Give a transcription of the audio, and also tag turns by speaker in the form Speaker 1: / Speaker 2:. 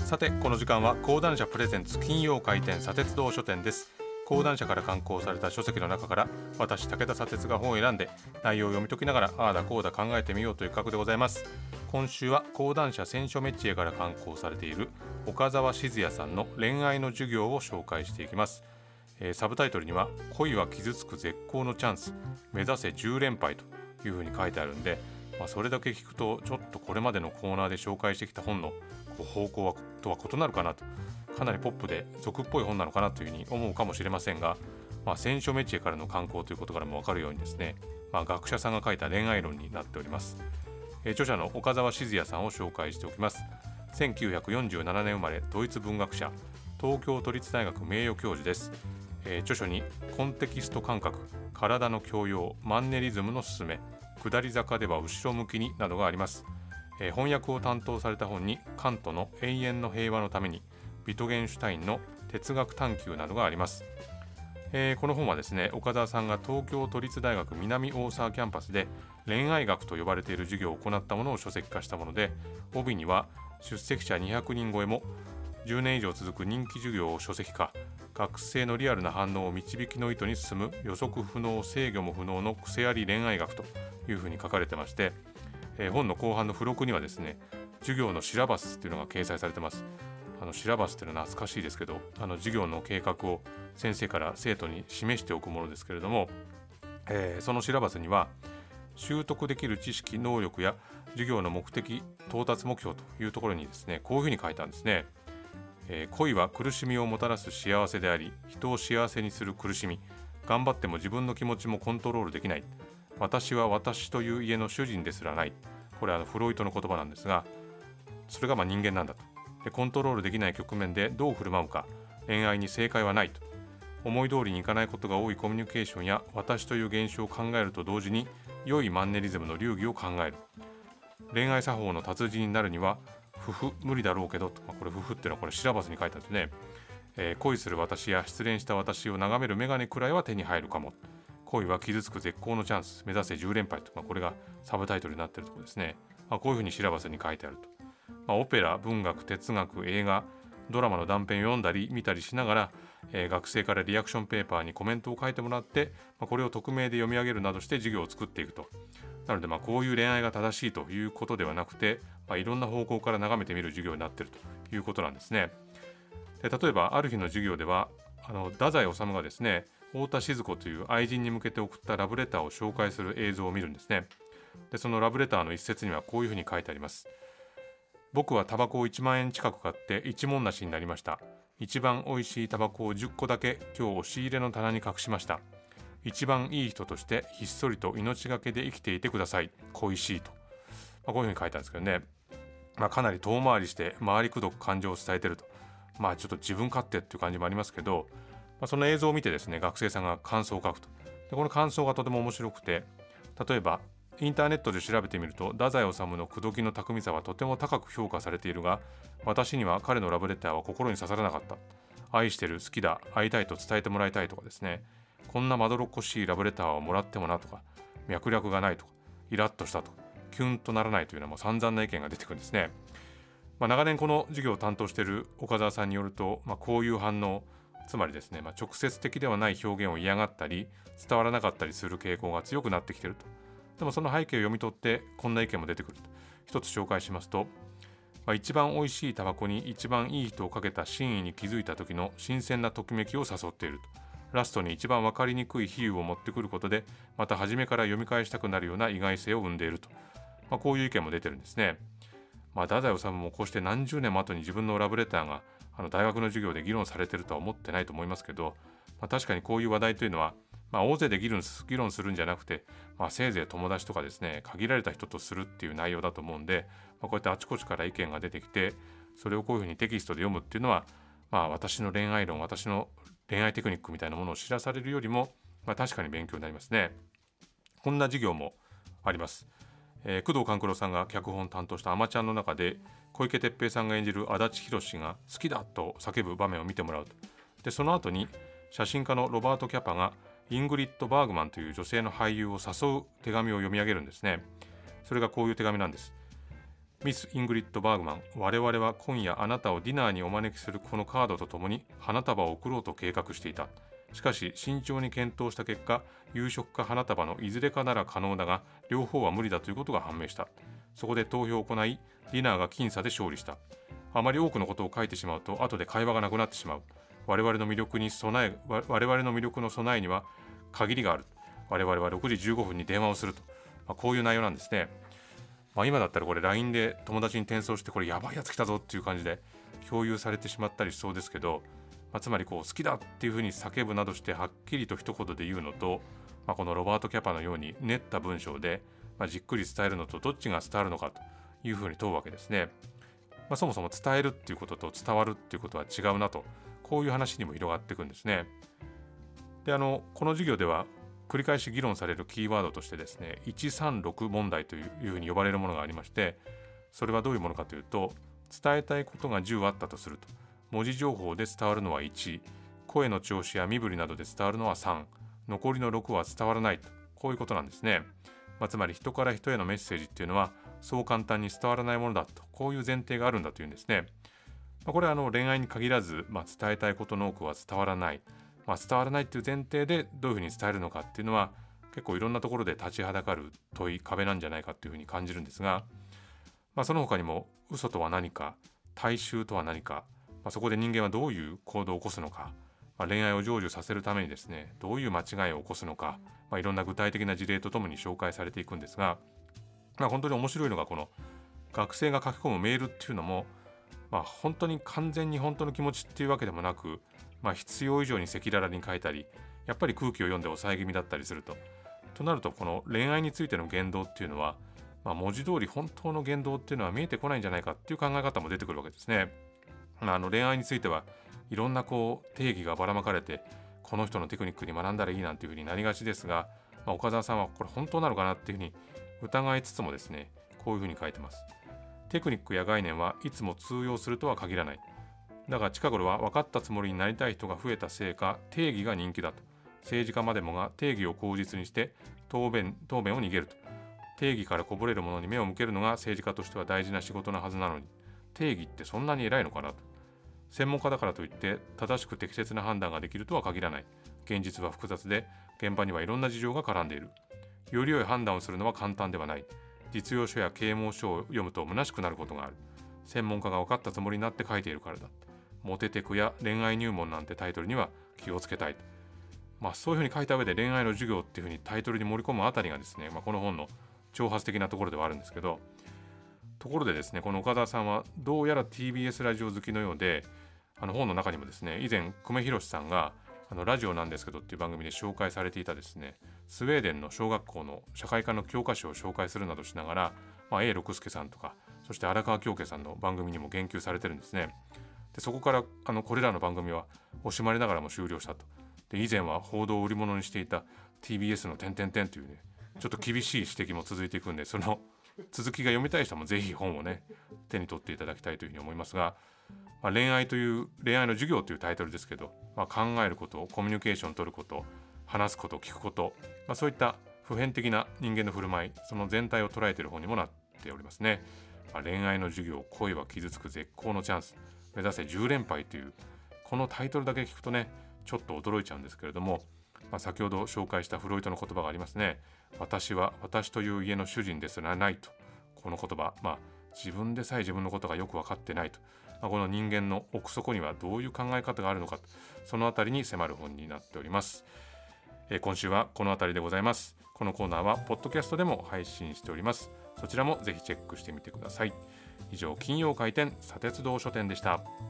Speaker 1: さてこの時間は講談社プレゼンツ金曜開店砂鉄道書店です。講談社から刊行された書籍の中から私武田砂鉄が本を選んで内容を読み解きながらああだこうだ考えてみようという企画でございます。今週は講談社選書メチエから刊行されている岡澤静也さんの恋愛の授業を紹介していきます。サブタイトルには恋は傷つく絶好のチャンス目指せ10連敗というふうに書いてあるんで、それだけ聞くとちょっとこれまでのコーナーで紹介してきた本の方向とは異なるかなと、かなりポップで俗っぽい本なのかなというふうに思うかもしれませんが、選書メチエからの刊行ということからも分かるようにですね、学者さんが書いた恋愛論になっております。著者の岡澤静也さんを紹介しておきます。1947年生まれ、ドイツ文学者、東京都立大学名誉教授です。著書にコンテキスト感覚、体の教養、マンネリズムのすすめ、下り坂では後ろ向きになどがあります。翻訳を担当された本にカントの永遠の平和のために、ビトゲンシュタインの哲学探求などがあります。この本はですね、岡澤さんが東京都立大学南大沢キャンパスで恋愛学と呼ばれている授業を行ったものを書籍化したもので、帯には出席者200人超えも10年以上続く人気授業を書籍化、学生のリアルな反応を導きの糸に進む予測不能制御も不能の癖あり恋愛学というふうに書かれてまして、本の後半の付録にはですね、授業のシラバスというのが掲載されてます。シラバスというのは懐かしいですけど、授業の計画を先生から生徒に示しておくものですけれども、そのシラバスには習得できる知識能力や授業の目的到達目標というところにですね、こういうふうに書いたんですね。恋は苦しみをもたらす幸せであり、人を幸せにする苦しみ、頑張っても自分の気持ちもコントロールできない、私は私という家の主人ですらない、これはフロイトの言葉なんですが、それが人間なんだと。でコントロールできない局面でどう振る舞うか、恋愛に正解はないと。思い通りにいかないことが多いコミュニケーションや私という現象を考えると同時に、良いマンネリズムの流儀を考える。恋愛作法の達人になるには無理だろうけどと、これっていうのはこれシラバスに書いてあるんですね。恋する私や失恋した私を眺める眼鏡くらいは手に入るかも。恋は傷つく絶好のチャンス目指せ10連敗と、これがサブタイトルになっているところですね。こういうふうにシラバスに書いてあると。オペラ、文学、哲学、映画、ドラマの断片を読んだり見たりしながら、学生からリアクションペーパーにコメントを書いてもらって、これを匿名で読み上げるなどして授業を作っていくと。なのでこういう恋愛が正しいということではなくて、いろんな方向から眺めてみる授業になっているということなんですね。で例えばある日の授業では太宰治がですね、太田静子という愛人に向けて送ったラブレターを紹介する映像を見るんですね。でそのラブレターの一節にはこういうふうに書いてあります。僕はタバコを1万円近く買って一文無しになりました。一番美味しいタバコを10個だけ今日押し入れの棚に隠しました。一番いい人としてひっそりと命がけで生きていてください。恋しいと、こういうふうに書いたんですけどね。かなり遠回りして回りくどく感情を伝えていると、ちょっと自分勝手っていう感じもありますけど、その映像を見てですね、学生さんが感想を書くと。でこの感想がとても面白くて、例えばインターネットで調べてみると、太宰治の口説きの巧みさはとても高く評価されているが、私には彼のラブレターは心に刺さらなかった。愛してる、好きだ、会いたいと伝えてもらいたいとかですね、こんなまどろっこしいラブレターをもらってもなとか、脈絡がないとか、イラッとしたとか、キュンとならないというのはもう散々な意見が出てくるんですね。長年この授業を担当している岡澤さんによると、こういう反応、つまりですね、直接的ではない表現を嫌がったり伝わらなかったりする傾向が強くなってきていると。でもその背景を読み取ってこんな意見も出てくると。一つ紹介しますと、一番美味しいタバコに一番いい人をかけた真意に気づいた時の新鮮なときめきを誘っていると。ラストに一番分かりにくい比喩を持ってくることで、また初めから読み返したくなるような意外性を生んでいると。こういう意見も出てるんですね。太宰治もこうして何十年も後に自分のラブレターが大学の授業で議論されているとは思ってないと思いますけど、確かにこういう話題というのは、大勢で議論するんじゃなくて、せいぜい友達とかですね、限られた人とするっていう内容だと思うんで、こうやってあちこちから意見が出てきて、それをこういうふうにテキストで読むっていうのは、私の恋愛論、私の恋愛テクニックみたいなものを知らされるよりも、確かに勉強になりますね。こんな授業もあります。工藤官九郎さんが脚本を担当したあまちゃんの中で、小池徹平さんが演じる足立弘氏が好きだと叫ぶ場面を見てもらうと。でその後に写真家のロバート・キャパがイングリッド・バーグマンという女性の俳優を誘う手紙を読み上げるんですね。それがこういう手紙なんです。 ミス・イングリッド・バーグマン、我々は今夜あなたをディナーにお招きするこのカードとともに花束を贈ろうと計画していた。しかし慎重に検討した結果、夕食か花束のいずれかなら可能だが両方は無理だということが判明した。そこで投票を行い、ディナーが僅差で勝利した。あまり多くのことを書いてしまうと後で会話がなくなってしまう。我々の魅力の備えには限りがある。我々は6時15分に電話をすると、こういう内容なんですね。今だったらこれ LINE で友達に転送して、これやばいやつ来たぞっていう感じで共有されてしまったりしそうですけど、つまり好きだっていうふうに叫ぶなどしてはっきりと一言で言うのと、このロバート・キャパのように練った文章で、じっくり伝えるのとどっちが伝わるのかというふうに問うわけですね。そもそも伝えるっていうことと伝わるっていうことは違うなと、こういう話にも広がっていくんですね。で、この授業では繰り返し議論されるキーワードとしてですね、136問題というふうに呼ばれるものがありまして、それはどういうものかというと、伝えたいことが10あったとすると、文字情報で伝わるのは1、声の調子や身振りなどで伝わるのは3、残りの6は伝わらないと、こういうことなんですね。つまり人から人へのメッセージっていうのはそう簡単に伝わらないものだと、こういう前提があるんだというんですね。これは恋愛に限らず、伝えたいことの多くは伝わらない、伝わらないっていう前提でどういうふうに伝えるのかっていうのは、結構いろんなところで立ちはだかる壁なんじゃないかっていうふうに感じるんですが、その他にも嘘とは何か、大衆とは何か、そこで人間はどういう行動を起こすのか、恋愛を成就させるためにですね、どういう間違いを起こすのか、いろんな具体的な事例とともに紹介されていくんですが、本当に面白いのが、この学生が書き込むメールっていうのも、本当に完全に本当の気持ちっていうわけでもなく、必要以上に赤裸々に書いたり、やっぱり空気を読んで抑え気味だったりするとなると、この恋愛についての言動っていうのは、文字通り本当の言動っていうのは見えてこないんじゃないかっていう考え方も出てくるわけですね。恋愛についてはいろんな定義がばらまかれて、この人のテクニックに学んだらいいなんていうふうになりがちですが、岡澤さんはこれ本当なのかなっていうふうに疑いつつもですね、こういうふうに書いてます。テクニックや概念はいつも通用するとは限らない。だが近頃は分かったつもりになりたい人が増えたせいか、定義が人気だと。政治家までもが定義を口実にして答弁を逃げると。定義からこぼれるものに目を向けるのが政治家としては大事な仕事なはずなのに、定義ってそんなに偉いのかなと。専門家だからといって正しく適切な判断ができるとは限らない。現実は複雑で、現場にはいろんな事情が絡んでいる。より良い判断をするのは簡単ではない。実用書や啓蒙書を読むと虚しくなることがある。専門家が分かったつもりになって書いているからだ。モテテクや恋愛入門なんてタイトルには気をつけたい。そういうふうに書いた上で恋愛の授業っていうふうにタイトルに盛り込むあたりがですね、この本の挑発的なところではあるんですけど、ところでですね、この岡田さんはどうやら TBS ラジオ好きのようで、本の中にもですね、以前久米宏さんがラジオなんですけどっていう番組で紹介されていたですね、スウェーデンの小学校の社会科の教科書を紹介するなどしながら、A 六輔さんとか、そして荒川京家さんの番組にも言及されてるんですね。でそこからこれらの番組は惜しまれながらも終了したと。で以前は報道を売り物にしていた TBS の点々点というね、ちょっと厳しい指摘も続いていくんで、その続きが読みたい人もぜひ本をね手に取っていただきたいというふうに思いますが、恋愛の授業というタイトルですけど、考えること、コミュニケーションを取ること、話すこと、聞くこと、そういった普遍的な人間の振る舞い、その全体を捉えている本にもなっておりますね。恋愛の授業、恋は傷つく絶好のチャンス、目指せ10連敗という、このタイトルだけ聞くとね、ちょっと驚いちゃうんですけれども、先ほど紹介したフロイトの言葉がありますね。私は私という家の主人ですらないと。この言葉、自分でさえ自分のことがよく分かってないと。この人間の奥底にはどういう考え方があるのかと、そのあたりに迫る本になっております。今週はこのあたりでございます。このコーナーはポッドキャストでも配信しております。そちらもぜひチェックしてみてください。以上、金曜開店砂鉄道書店でした。